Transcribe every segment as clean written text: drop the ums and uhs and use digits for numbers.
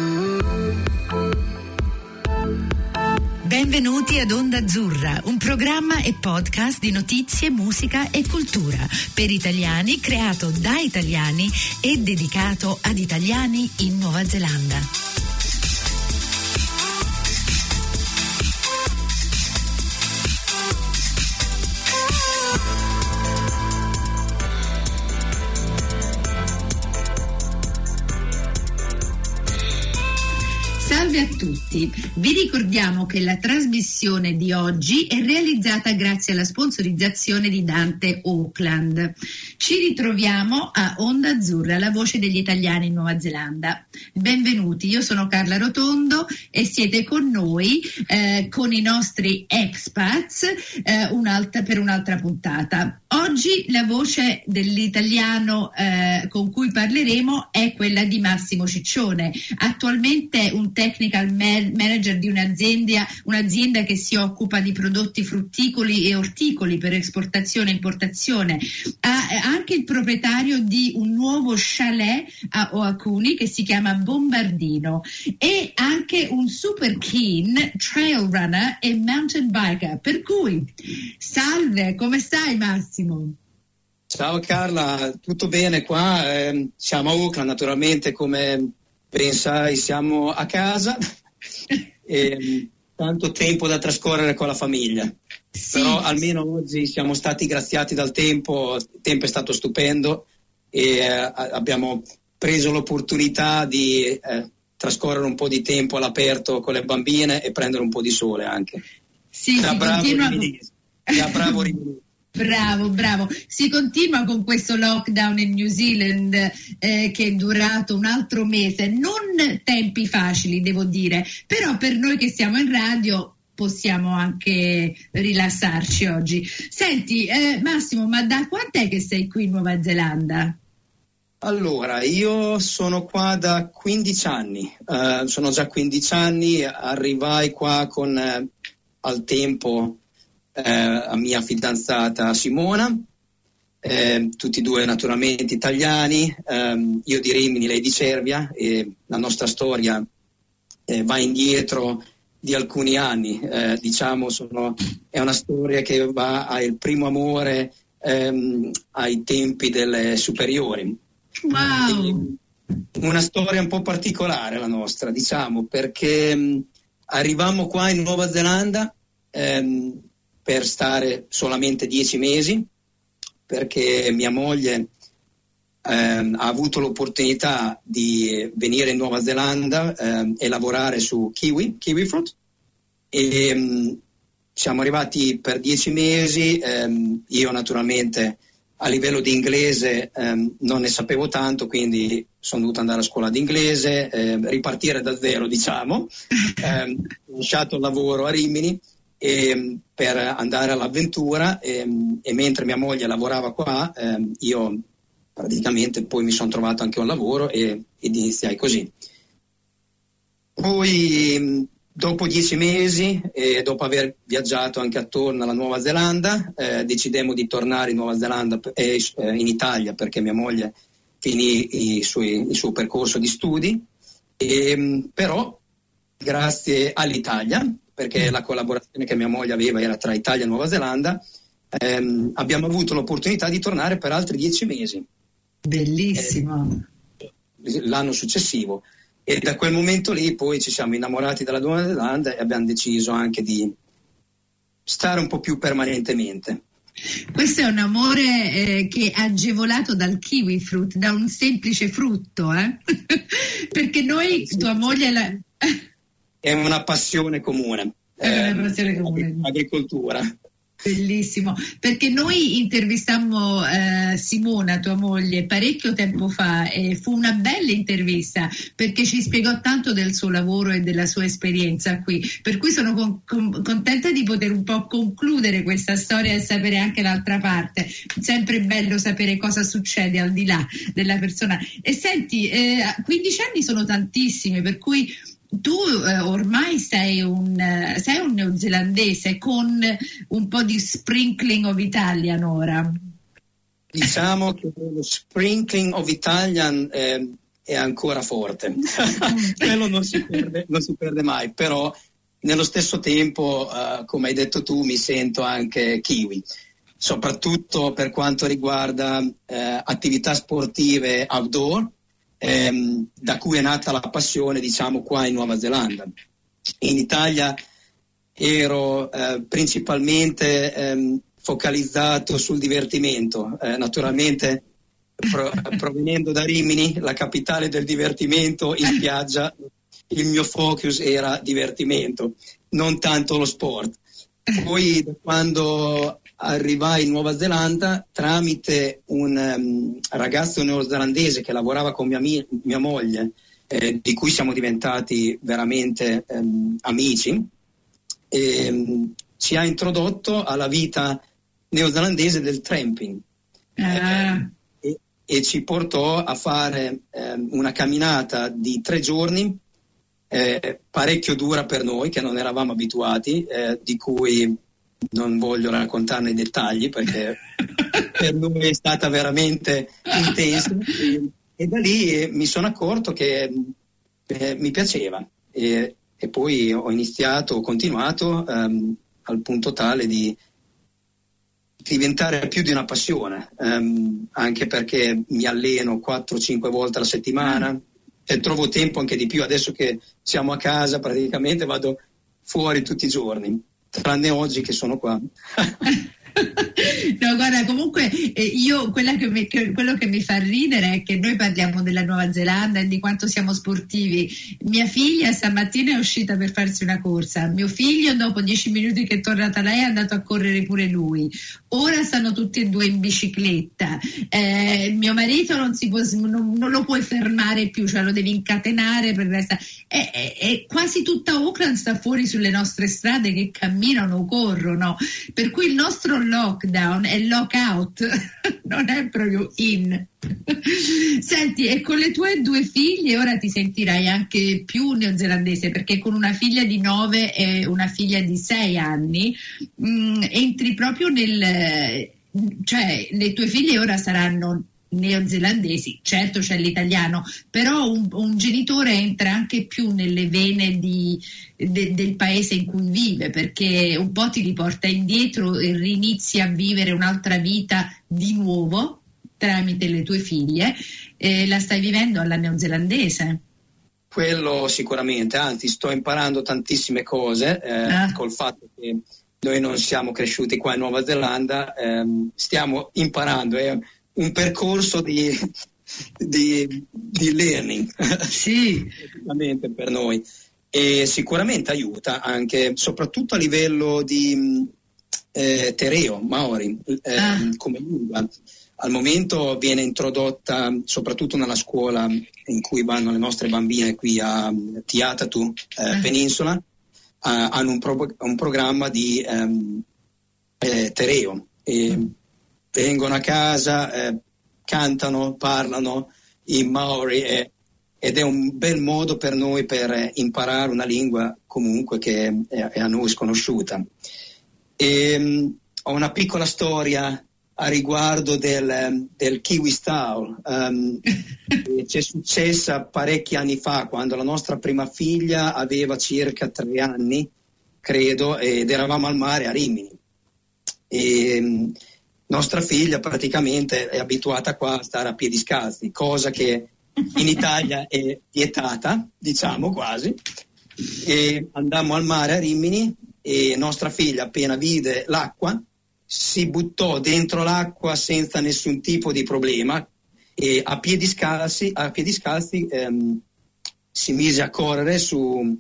Benvenuti ad Onda Azzurra, un programma e podcast di notizie, musica e cultura per italiani, creato da italiani e dedicato ad italiani in Nuova Zelanda. Salve a tutti, vi ricordiamo che la trasmissione di oggi è realizzata grazie alla sponsorizzazione di Dante Auckland. Ci ritroviamo a Onda Azzurra, la voce degli italiani in Nuova Zelanda. Benvenuti, io sono Carla Rotondo e siete con noi con i nostri expats per un'altra puntata. Oggi la voce dell'italiano con cui parleremo è quella di Massimo Ciccione, attualmente un technical manager di un'azienda che si occupa di prodotti frutticoli e orticoli per esportazione e importazione. Anche il proprietario di un nuovo chalet a Oakuni che si chiama Bombardino e anche un super keen trail runner e mountain biker. Per cui, salve, come stai Massimo? Ciao Carla, tutto bene qua? Siamo a Auckland, naturalmente, come ben sai siamo a casa e tanto tempo da trascorrere con la famiglia. Sì. Però almeno oggi siamo stati graziati dal tempo, il tempo è stato stupendo e abbiamo preso l'opportunità di trascorrere un po' di tempo all'aperto con le bambine e prendere un po' di sole anche. Sì, bravo Riminese. Bravo. Si continua con questo lockdown in New Zealand che è durato un altro mese, non tempi facili devo dire, però per noi che siamo in radio possiamo anche rilassarci oggi. Senti Massimo, ma da quant'è che sei qui in Nuova Zelanda? Allora, io sono qua da 15 anni, sono già 15 anni, arrivai qua con al tempo a mia fidanzata Simona, tutti e due naturalmente italiani, io di Rimini, lei di Cervia, e la nostra storia va indietro di alcuni anni, è una storia che va al primo amore ai tempi delle superiori. Wow! Una storia un po' particolare la nostra, perché arrivammo qua in Nuova Zelanda per stare solamente 10 mesi, perché mia moglie ha avuto l'opportunità di venire in Nuova Zelanda e lavorare su kiwi fruit, e siamo arrivati per 10 mesi. Io naturalmente a livello di inglese non ne sapevo tanto, quindi sono dovuto andare a scuola di inglese, ripartire da zero ho lasciato il lavoro a Rimini per andare all'avventura, e mentre mia moglie lavorava qua io praticamente poi mi sono trovato anche un lavoro ed iniziai così. Poi dopo 10 mesi e dopo aver viaggiato anche attorno alla Nuova Zelanda, decidemmo di tornare in Nuova Zelanda in Italia, perché mia moglie finì il suo percorso di studi, però grazie all'Italia, perché la collaborazione che mia moglie aveva era tra Italia e Nuova Zelanda, abbiamo avuto l'opportunità di tornare per altri 10 mesi. Bellissimo. L'anno successivo, e da quel momento lì poi ci siamo innamorati della Nuova Zelanda e abbiamo deciso anche di stare un po' più permanentemente. Questo è un amore che è agevolato dal kiwi fruit, da un semplice frutto, perché noi, sì, tua moglie è una passione comune. Agricoltura. Bellissimo, perché noi intervistammo Simona, tua moglie, parecchio tempo fa, e fu una bella intervista perché ci spiegò tanto del suo lavoro e della sua esperienza qui, per cui sono contenta di poter un po' concludere questa storia e sapere anche l'altra parte. Sempre bello sapere cosa succede al di là della persona. E senti, 15 anni sono tantissimi, per cui tu ormai sei un neozelandese con un po' di sprinkling of Italian ora. Diciamo che lo sprinkling of Italian è ancora forte. Quello non si perde mai, però nello stesso tempo, come hai detto tu, mi sento anche kiwi, soprattutto per quanto riguarda attività sportive outdoor, da cui è nata la passione, diciamo, qua in Nuova Zelanda. In Italia ero principalmente focalizzato sul divertimento, naturalmente provenendo da Rimini, la capitale del divertimento in spiaggia, il mio focus era divertimento, non tanto lo sport. Poi quando arrivai in Nuova Zelanda, tramite un ragazzo neozelandese che lavorava con mia moglie, di cui siamo diventati veramente amici, ci ha introdotto alla vita neozelandese del tramping. E ci portò a fare una camminata di 3 giorni, parecchio dura per noi che non eravamo abituati, di cui non voglio raccontarne i dettagli perché per noi è stata veramente intensa, e da lì mi sono accorto che mi piaceva, e poi ho continuato al punto tale di diventare più di una passione, anche perché mi alleno 4-5 volte alla settimana e trovo tempo anche di più. Adesso che siamo a casa praticamente vado fuori tutti i giorni, tranne oggi che sono qua. No, guarda, comunque quello che mi fa ridere è che noi parliamo della Nuova Zelanda e di quanto siamo sportivi. Mia figlia stamattina è uscita per farsi una corsa, mio figlio dopo 10 minuti che è tornata lei è andato a correre pure lui, ora stanno tutti e due in bicicletta, mio marito non lo puoi fermare più, cioè lo devi incatenare per restare. E quasi tutta Auckland sta fuori sulle nostre strade che camminano o corrono, per cui il nostro lockdown è lockout, non è proprio in. Senti, e con le tue 2 figlie ora ti sentirai anche più neozelandese, perché con una figlia di 9 e una figlia di 6 anni entri proprio cioè le tue figlie ora saranno neozelandesi, certo c'è l'italiano, però un genitore entra anche più nelle vene del paese in cui vive, perché un po' ti riporta indietro e rinizi a vivere un'altra vita di nuovo tramite le tue figlie, la stai vivendo alla neozelandese. Quello sicuramente, anzi sto imparando tantissime cose col fatto che noi non siamo cresciuti qua in Nuova Zelanda, stiamo imparando, un percorso di learning, sì, per noi, e sicuramente aiuta anche, soprattutto a livello di tereo, maori, come lingua. Al momento viene introdotta soprattutto nella scuola in cui vanno le nostre bambine qui a Te Atatu Penisola, hanno un programma di tereo, e vengono a casa, cantano, parlano in Maori, ed è un bel modo per noi per imparare una lingua comunque che è a noi sconosciuta. Ho una piccola storia a riguardo del Kiwi Style. C'è successa parecchi anni fa, quando la nostra prima figlia aveva circa 3 anni, credo, ed eravamo al mare a Rimini. Nostra figlia praticamente è abituata qua a stare a piedi scalzi, cosa che in Italia è vietata, diciamo quasi. E andammo al mare a Rimini e nostra figlia, appena vide l'acqua, si buttò dentro l'acqua senza nessun tipo di problema, e a piedi scalzi si mise a correre sugli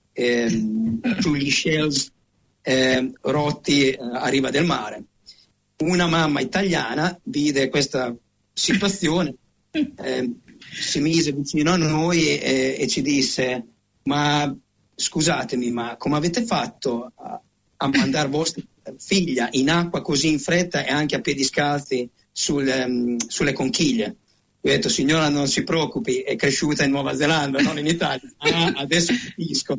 shells rotti a riva del mare. Una mamma italiana vide questa situazione, si mise vicino a noi e ci disse: ma scusatemi, ma come avete fatto a mandare vostra figlia in acqua così in fretta e anche a piedi scalzi sulle conchiglie? Io ho detto: signora, non si preoccupi, è cresciuta in Nuova Zelanda, non in Italia. Adesso capisco.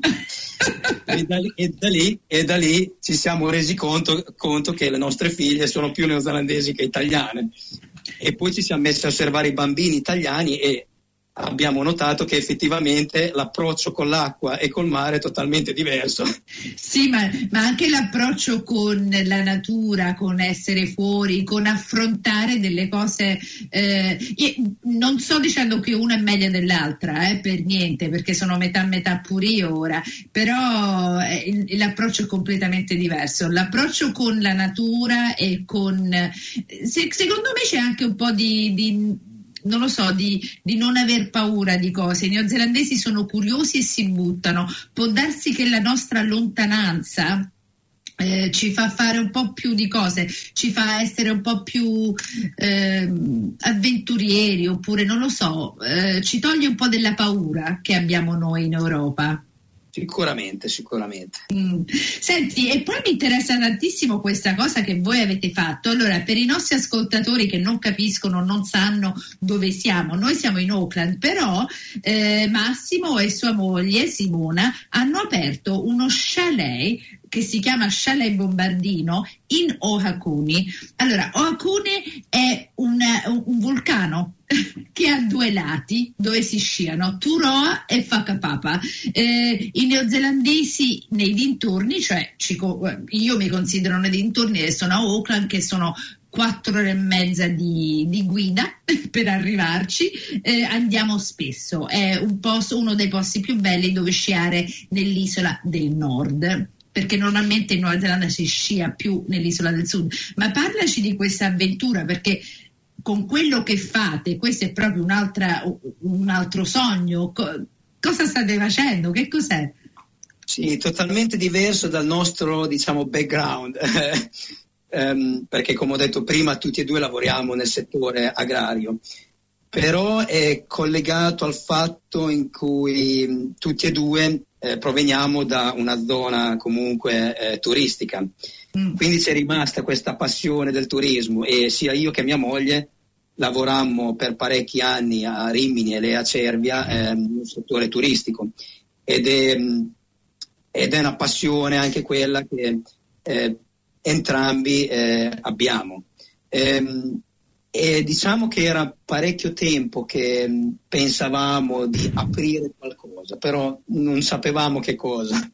E da lì ci siamo resi conto che le nostre figlie sono più neozelandesi che italiane. E poi ci siamo messi a osservare i bambini italiani, e abbiamo notato che effettivamente l'approccio con l'acqua e col mare è totalmente diverso. Sì, ma anche l'approccio con la natura, con essere fuori, con affrontare delle cose. Non sto dicendo che una è meglio dell'altra, per niente, perché sono metà pure io ora, però l'approccio è completamente diverso. L'approccio con la natura e con... secondo me c'è anche un po' non lo so, di non aver paura di cose. I neozelandesi sono curiosi e si buttano. Può darsi che la nostra lontananza ci fa fare un po' più di cose, ci fa essere un po' più avventurieri, oppure non lo so, ci toglie un po' della paura che abbiamo noi in Europa. Sicuramente. Senti, e poi mi interessa tantissimo questa cosa che voi avete fatto. Allora, per i nostri ascoltatori che non capiscono, non sanno dove siamo, noi siamo in Auckland, però Massimo e sua moglie Simona hanno aperto uno chalet che si chiama Chalet Bombardino in Ohakune. Allora, Ohakune è un vulcano che ha due lati dove si sciano, Turoa e Whakapapa. I neozelandesi nei dintorni, cioè io mi considero nei dintorni e sono a Auckland, che sono 4 ore e mezza di guida per arrivarci, andiamo spesso, è uno dei posti più belli dove sciare nell'isola del nord, perché normalmente in Nuova Zelanda si scia più nell'isola del sud. Ma parlaci di questa avventura, perché con quello che fate, questo è proprio un altro sogno. Cosa state facendo? Che cos'è? Sì, totalmente diverso dal nostro, background, perché come ho detto prima tutti e due lavoriamo nel settore agrario, però è collegato al fatto in cui tutti e due proveniamo da una zona comunque turistica. Quindi c'è rimasta questa passione del turismo e sia io che mia moglie lavorammo per parecchi anni a Rimini e a Cervia nel settore turistico ed è una passione anche quella che entrambi abbiamo. E diciamo che era parecchio tempo che pensavamo di aprire qualcosa, però non sapevamo che cosa.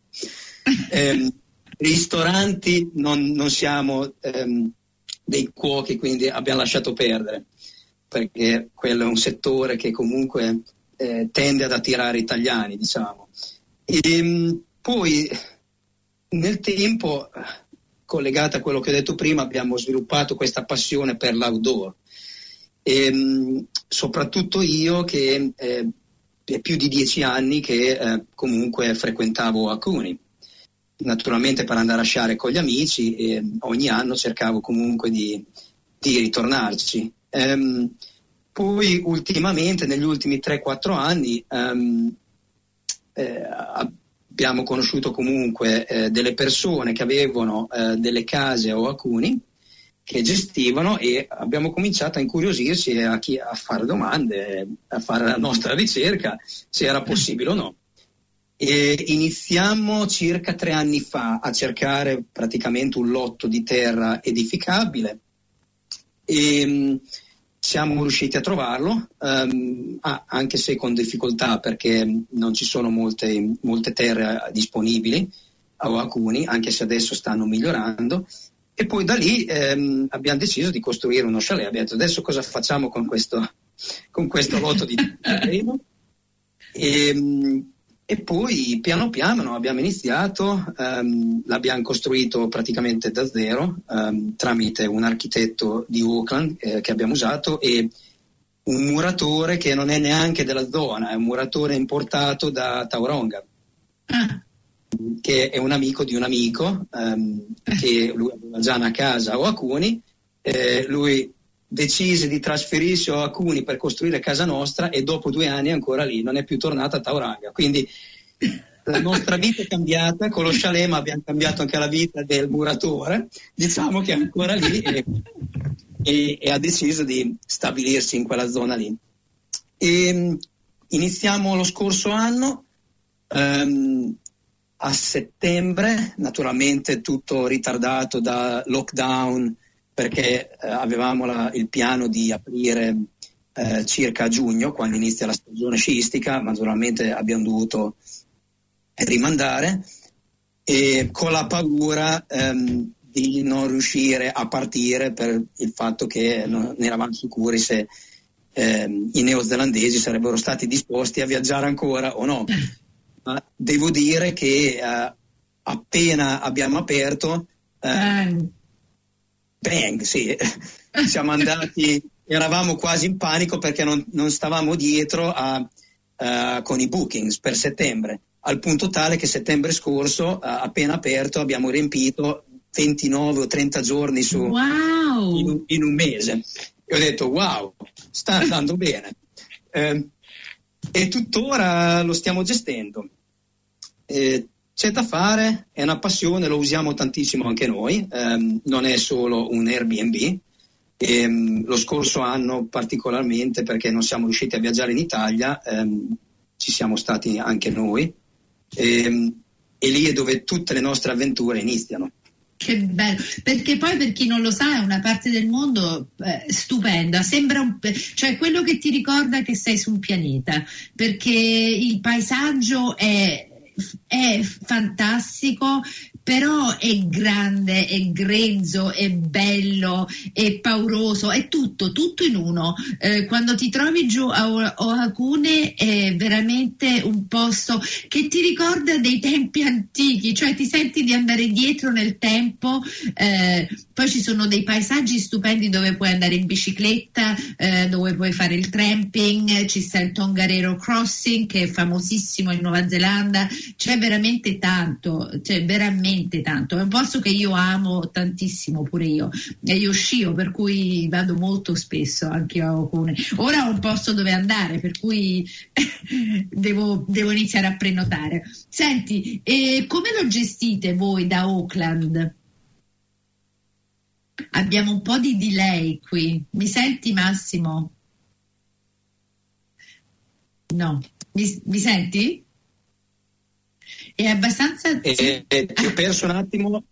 Ristoranti non siamo dei cuochi, quindi abbiamo lasciato perdere, perché quello è un settore che comunque tende ad attirare italiani, diciamo. E poi nel tempo, collegata a quello che ho detto prima, abbiamo sviluppato questa passione per l'outdoor. E soprattutto io che è più di 10 anni che comunque frequentavo Ohakune, naturalmente per andare a sciare con gli amici, e ogni anno cercavo comunque di ritornarci. Poi ultimamente, negli ultimi 3-4 anni, abbiamo conosciuto comunque delle persone che avevano delle case a Ohakune che gestivano, e abbiamo cominciato a incuriosirci e a fare domande, a fare la nostra ricerca se era possibile o no. E iniziamo circa 3 anni fa a cercare praticamente un lotto di terra edificabile e siamo riusciti a trovarlo, anche se con difficoltà, perché non ci sono molte terre disponibili a Ohakune, anche se adesso stanno migliorando. E poi da lì abbiamo deciso di costruire uno chalet. Abbiamo detto: adesso cosa facciamo con questo lotto di terreno? E poi piano piano abbiamo iniziato, l'abbiamo costruito praticamente da zero, tramite un architetto di Auckland che abbiamo usato, e un muratore che non è neanche della zona, è un muratore importato da Tauranga. Che è un amico di un amico, che lui aveva già una casa a Ohakune, lui decise di trasferirsi a Ohakune per costruire casa nostra, e dopo 2 anni è ancora lì, non è più tornata a Tauranga. Quindi la nostra vita è cambiata con lo chalet, ma abbiamo cambiato anche la vita del muratore, diciamo che è ancora lì e ha deciso di stabilirsi in quella zona lì. E iniziamo lo scorso anno, a settembre, naturalmente tutto ritardato da lockdown, perché avevamo il piano di aprire circa a giugno, quando inizia la stagione sciistica, ma naturalmente abbiamo dovuto rimandare, e con la paura di non riuscire a partire per il fatto che non eravamo sicuri se i neozelandesi sarebbero stati disposti a viaggiare ancora o no. Ma devo dire che appena abbiamo aperto, bang, sì, siamo andati, eravamo quasi in panico perché non stavamo dietro con i bookings per settembre, al punto tale che settembre scorso, appena aperto, abbiamo riempito 29 o 30 giorni wow, in un mese. E ho detto wow, sta andando bene. E tuttora lo stiamo gestendo. C'è da fare, è una passione, lo usiamo tantissimo anche noi, non è solo un Airbnb. Lo scorso anno particolarmente, perché non siamo riusciti a viaggiare in Italia, ci siamo stati anche noi, e lì è dove tutte le nostre avventure iniziano. Che bello, perché poi, per chi non lo sa, è una parte del mondo stupenda, sembra cioè quello che ti ricorda che sei su un pianeta, perché il paesaggio è fantastico, però è grande, è grezzo, è bello, è pauroso, è tutto in uno. Quando ti trovi giù a Oakune è veramente un posto che ti ricorda dei tempi antichi, cioè ti senti di andare dietro nel tempo. Poi ci sono dei paesaggi stupendi dove puoi andare in bicicletta, dove puoi fare il tramping, ci sta il Tongariro Crossing che è famosissimo in Nuova Zelanda. C'è veramente tanto, è un posto che io amo tantissimo pure io, e io scio, per cui vado molto spesso anche a Oakune. Ora ho un posto dove andare, per cui devo iniziare a prenotare. Senti, come lo gestite voi da Auckland? Abbiamo un po' di delay qui, mi senti Massimo? No, mi senti? È abbastanza. Ti ho perso un attimo.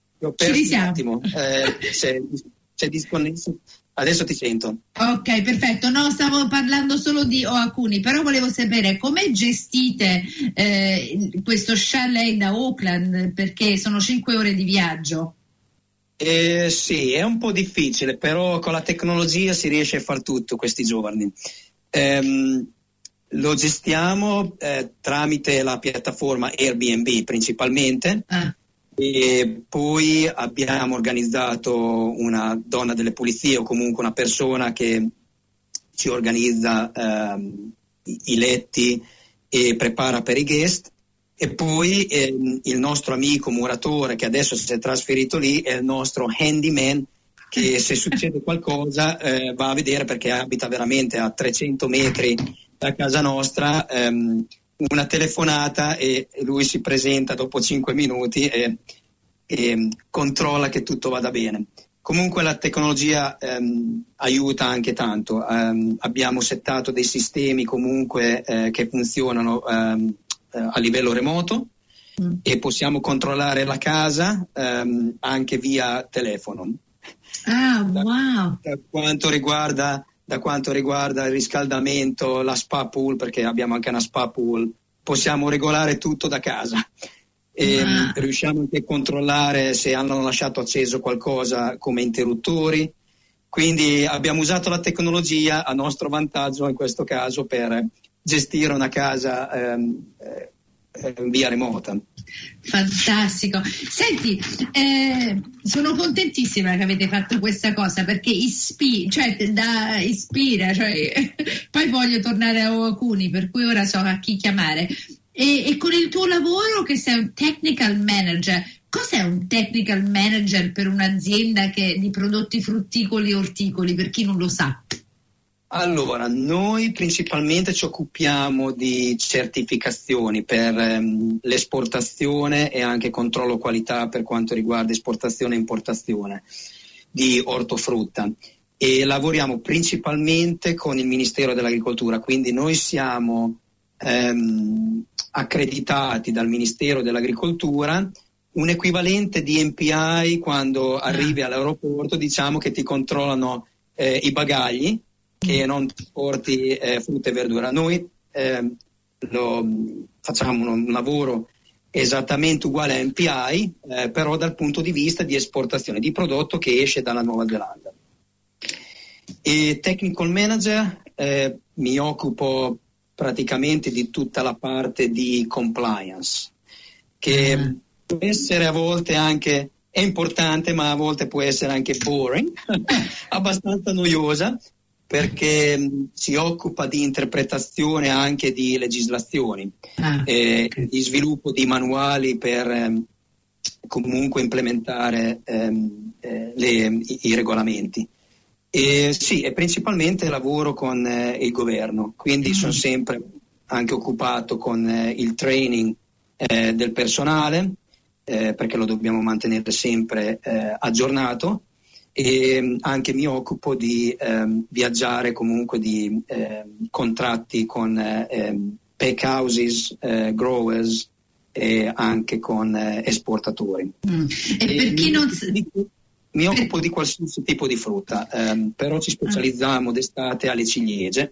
Sei disconnesso. Adesso ti sento. Ok, perfetto. No, stavo parlando solo di Oakune, però volevo sapere come gestite questo chalet da Auckland, perché sono 5 ore di viaggio. Sì, è un po' difficile, però con la tecnologia si riesce a far tutto questi giorni. Lo gestiamo tramite la piattaforma Airbnb principalmente, e poi abbiamo organizzato una donna delle pulizie o comunque una persona che ci organizza i letti e prepara per i guest, e poi il nostro amico muratore che adesso si è trasferito lì è il nostro handyman, che se succede qualcosa va a vedere, perché abita veramente a 300 metri da casa nostra, una telefonata e lui si presenta dopo 5 minuti e controlla che tutto vada bene. Comunque la tecnologia aiuta anche tanto. Abbiamo settato dei sistemi comunque che funzionano a livello remoto, e possiamo controllare la casa anche via telefono. Wow! Da quanto riguarda il riscaldamento, la spa pool, perché abbiamo anche una spa pool, possiamo regolare tutto da casa. Riusciamo anche a controllare se hanno lasciato acceso qualcosa come interruttori. Quindi abbiamo usato la tecnologia a nostro vantaggio in questo caso per gestire una casa via remota. Fantastico. Senti, sono contentissima che avete fatto questa cosa, perché ispira, poi voglio tornare a Oakune, per cui ora so a chi chiamare. E con il tuo lavoro, che sei un technical manager, cos'è un technical manager per un'azienda di prodotti frutticoli e orticoli, per chi non lo sa? Allora, noi principalmente ci occupiamo di certificazioni per l'esportazione e anche controllo qualità per quanto riguarda esportazione e importazione di ortofrutta, e lavoriamo principalmente con il Ministero dell'Agricoltura, quindi noi siamo accreditati dal Ministero dell'Agricoltura, un equivalente di NPI quando arrivi all'aeroporto, diciamo che ti controllano i bagagli, che non trasporti frutta e verdura. Noi facciamo un lavoro esattamente uguale a MPI, però dal punto di vista di esportazione di prodotto che esce dalla Nuova Zelanda. E technical manager, mi occupo praticamente di tutta la parte di compliance, che può essere a volte anche è importante, ma a volte può essere anche boring, abbastanza noiosa, perché si occupa di interpretazione anche di legislazioni, di sviluppo di manuali per comunque implementare i regolamenti. E principalmente lavoro con il governo, quindi sono sempre anche occupato con il training del personale, perché lo dobbiamo mantenere sempre aggiornato, e anche mi occupo di viaggiare, comunque di contratti con pack houses, growers e anche con esportatori. E per chi non mi occupo di qualsiasi tipo di frutta, però ci specializziamo d'estate alle ciliegie.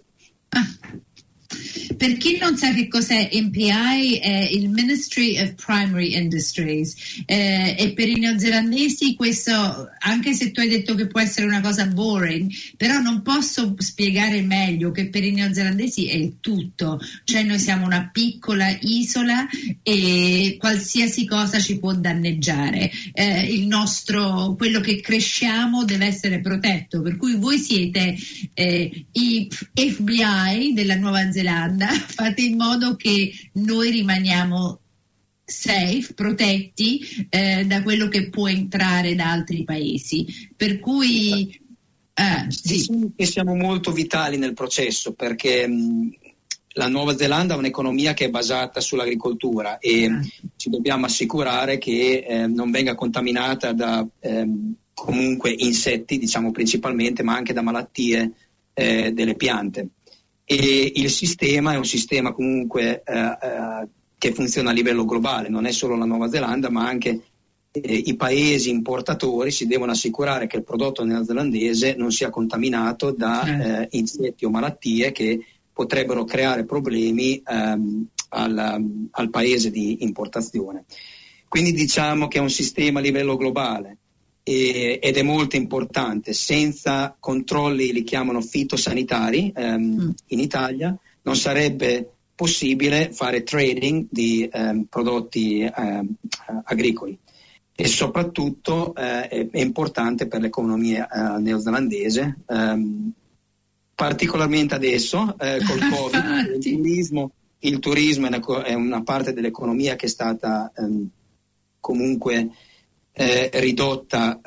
Per chi non sa che cos'è MPI, è il Ministry of Primary Industries, e per i neozelandesi questo, anche se tu hai detto che può essere una cosa boring, però non posso spiegare meglio che per i neozelandesi è il tutto, cioè noi siamo una piccola isola e qualsiasi cosa ci può danneggiare, quello che cresciamo deve essere protetto, per cui voi siete i FBI della Nuova Zelanda, fate in modo che noi rimaniamo safe, protetti da quello che può entrare da altri paesi. Per cui diciamo che siamo molto vitali nel processo, perché la Nuova Zelanda ha un'economia che è basata sull'agricoltura e ci dobbiamo assicurare che non venga contaminata da comunque insetti, diciamo principalmente, ma anche da malattie delle piante. E il sistema è un sistema comunque che funziona a livello globale, non è solo la Nuova Zelanda, ma anche i paesi importatori si devono assicurare che il prodotto neozelandese non sia contaminato da insetti o malattie che potrebbero creare problemi al paese di importazione. Quindi diciamo che è un sistema a livello globale. Ed è molto importante. Senza controlli, li chiamano fitosanitari, in Italia non sarebbe possibile fare trading di prodotti agricoli, e soprattutto è importante per l'economia neozelandese, particolarmente adesso col Covid. Il turismo è una parte dell'economia che è stata comunque ridotta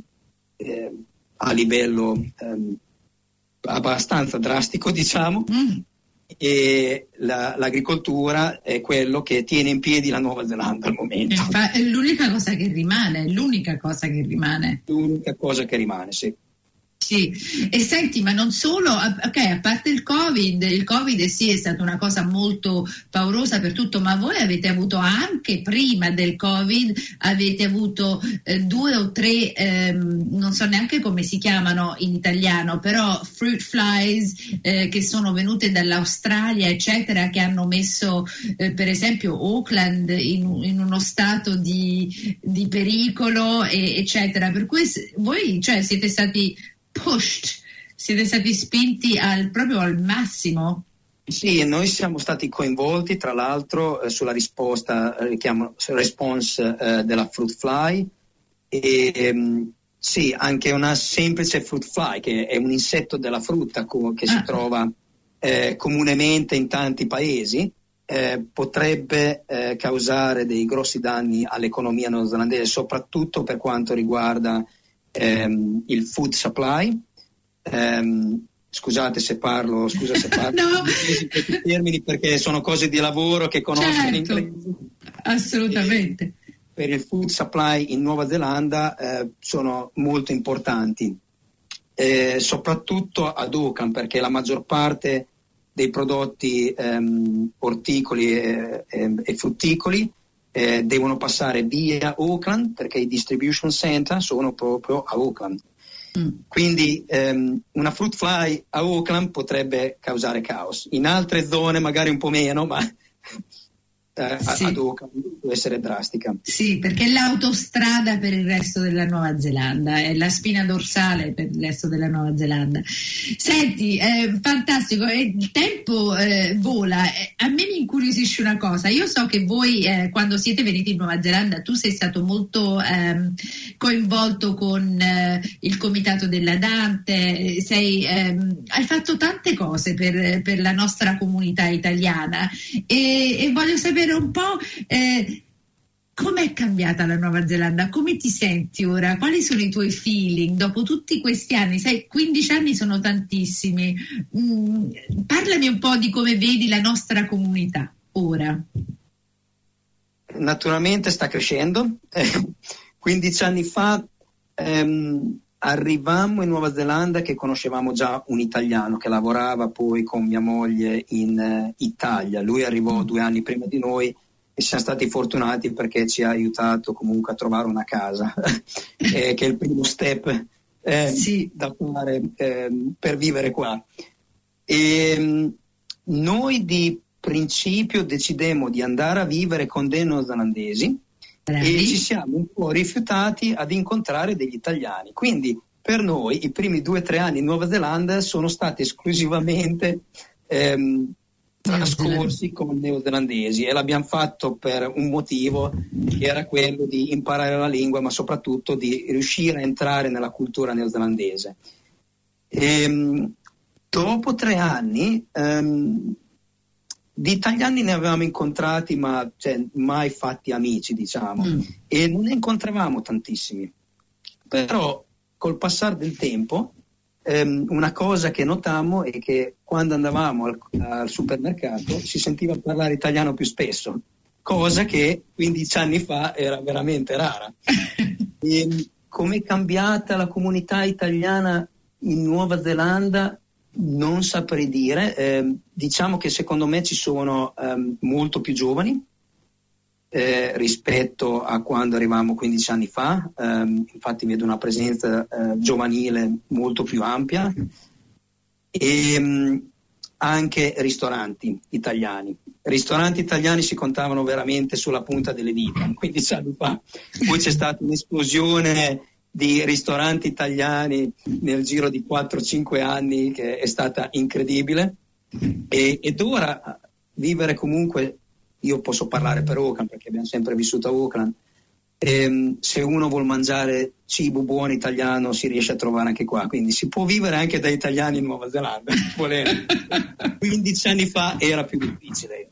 a livello abbastanza drastico, diciamo, e l'agricoltura è quello che tiene in piedi la Nuova Zelanda al momento. È l'unica cosa che rimane. L'unica cosa che rimane, sì. Sì, e senti, ma non solo, a parte il Covid sì, è stata una cosa molto paurosa per tutto, ma voi avete avuto anche prima del Covid, avete avuto 2 o 3, non so neanche come si chiamano in italiano, però fruit flies che sono venute dall'Australia, eccetera, che hanno messo per esempio Auckland in uno stato di pericolo, eccetera. Per cui voi, cioè, siete stati spinti proprio al massimo. Sì, noi siamo stati coinvolti tra l'altro sulla risposta, response della fruit fly, e sì, anche una semplice fruit fly, che è un insetto della frutta che si trova comunemente in tanti paesi, potrebbe causare dei grossi danni all'economia neozelandese, soprattutto per quanto riguarda il food supply. Scusa se parlo no. in questi termini, perché sono cose di lavoro che conosco in inglese. Assolutamente. Per il food supply in Nuova Zelanda sono molto importanti, soprattutto ad Auckland, perché la maggior parte dei prodotti orticoli e frutticoli devono passare via Auckland, perché i distribution center sono proprio a Auckland. Quindi una fruit fly a Auckland potrebbe causare caos, in altre zone magari un po' meno, ma sì. ad Auckland può essere drastica. Sì, perché è l'autostrada per il resto della Nuova Zelanda, è la spina dorsale per il resto della Nuova Zelanda. Senti, fantastico, il tempo vola. A me mi incuriosisce una cosa, io so che voi quando siete venuti in Nuova Zelanda, tu sei stato molto coinvolto con il comitato della Dante, hai fatto tante cose per la nostra comunità italiana e voglio sapere un po' com'è cambiata la Nuova Zelanda, come ti senti ora, quali sono i tuoi feeling dopo tutti questi anni, sai, 15 anni sono tantissimi, parlami un po' di come vedi la nostra comunità ora. Naturalmente sta crescendo, 15 anni fa arrivammo in Nuova Zelanda che conoscevamo già un italiano che lavorava poi con mia moglie in Italia. Lui arrivò 2 anni prima di noi e siamo stati fortunati perché ci ha aiutato comunque a trovare una casa, che è il primo step sì, da fare per vivere qua. E noi di principio decidemmo di andare a vivere con dei neozelandesi. E ci siamo un po' rifiutati ad incontrare degli italiani, quindi per noi i primi 2 o 3 anni in Nuova Zelanda sono stati esclusivamente trascorsi con neozelandesi e l'abbiamo fatto per un motivo che era quello di imparare la lingua, ma soprattutto di riuscire a entrare nella cultura neozelandese. Dopo 3 anni di italiani ne avevamo incontrati, ma mai fatti amici, diciamo, e non ne incontravamo tantissimi. Però col passare del tempo una cosa che notammo è che quando andavamo al supermercato si sentiva parlare italiano più spesso, cosa che 15 anni fa era veramente rara. Com'è cambiata la comunità italiana in Nuova Zelanda? Non saprei dire, diciamo che secondo me ci sono molto più giovani rispetto a quando arrivavamo 15 anni fa, infatti vedo una presenza giovanile molto più ampia e anche ristoranti italiani. Ristoranti italiani si contavano veramente sulla punta delle dita 15 anni fa, poi c'è stata un'esplosione di ristoranti italiani nel giro di 4-5 anni che è stata incredibile ed ora vivere comunque, io posso parlare per Auckland perché abbiamo sempre vissuto a Auckland, se uno vuol mangiare cibo buono italiano si riesce a trovare anche qua, quindi si può vivere anche da italiani in Nuova Zelanda. 15 anni fa era più difficile.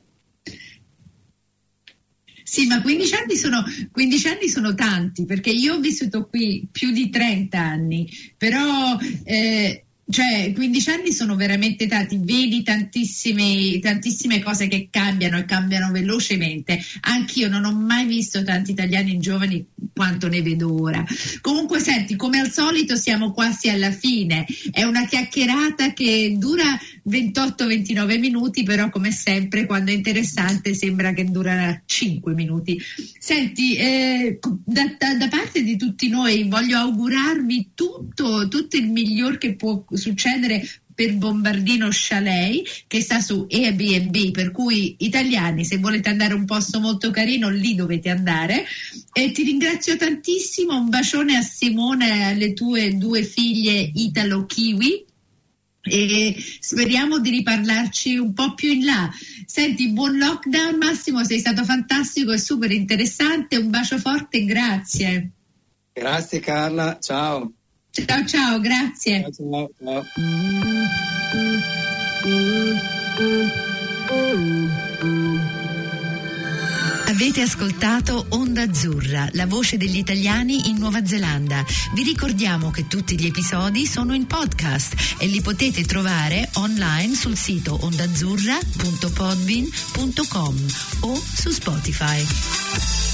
Sì, ma 15 anni sono tanti, perché io ho vissuto qui più di 30 anni, però 15 anni sono veramente tanti, vedi tantissime cose che cambiano e cambiano velocemente. Anch'io non ho mai visto tanti italiani giovani quanto ne vedo ora. Comunque senti, come al solito siamo quasi alla fine, è una chiacchierata che dura 28-29 minuti, però come sempre quando è interessante sembra che dura 5 minuti. Senti, da parte di tutti noi voglio augurarvi tutto il miglior che può succedere per Bombardino Chalet, che sta su Airbnb, per cui italiani, se volete andare a un posto molto carino lì dovete andare. E ti ringrazio tantissimo, un bacione a Simone e alle tue 2 figlie italo-kiwi e speriamo di riparlarci un po' più in là. Senti, buon lockdown Massimo, sei stato fantastico e super interessante, un bacio forte e grazie. Grazie Carla, ciao. Ciao, grazie. Ciao. Avete ascoltato Onda Azzurra, la voce degli italiani in Nuova Zelanda. Vi ricordiamo che tutti gli episodi sono in podcast e li potete trovare online sul sito ondazzurra.podbean.com o su Spotify.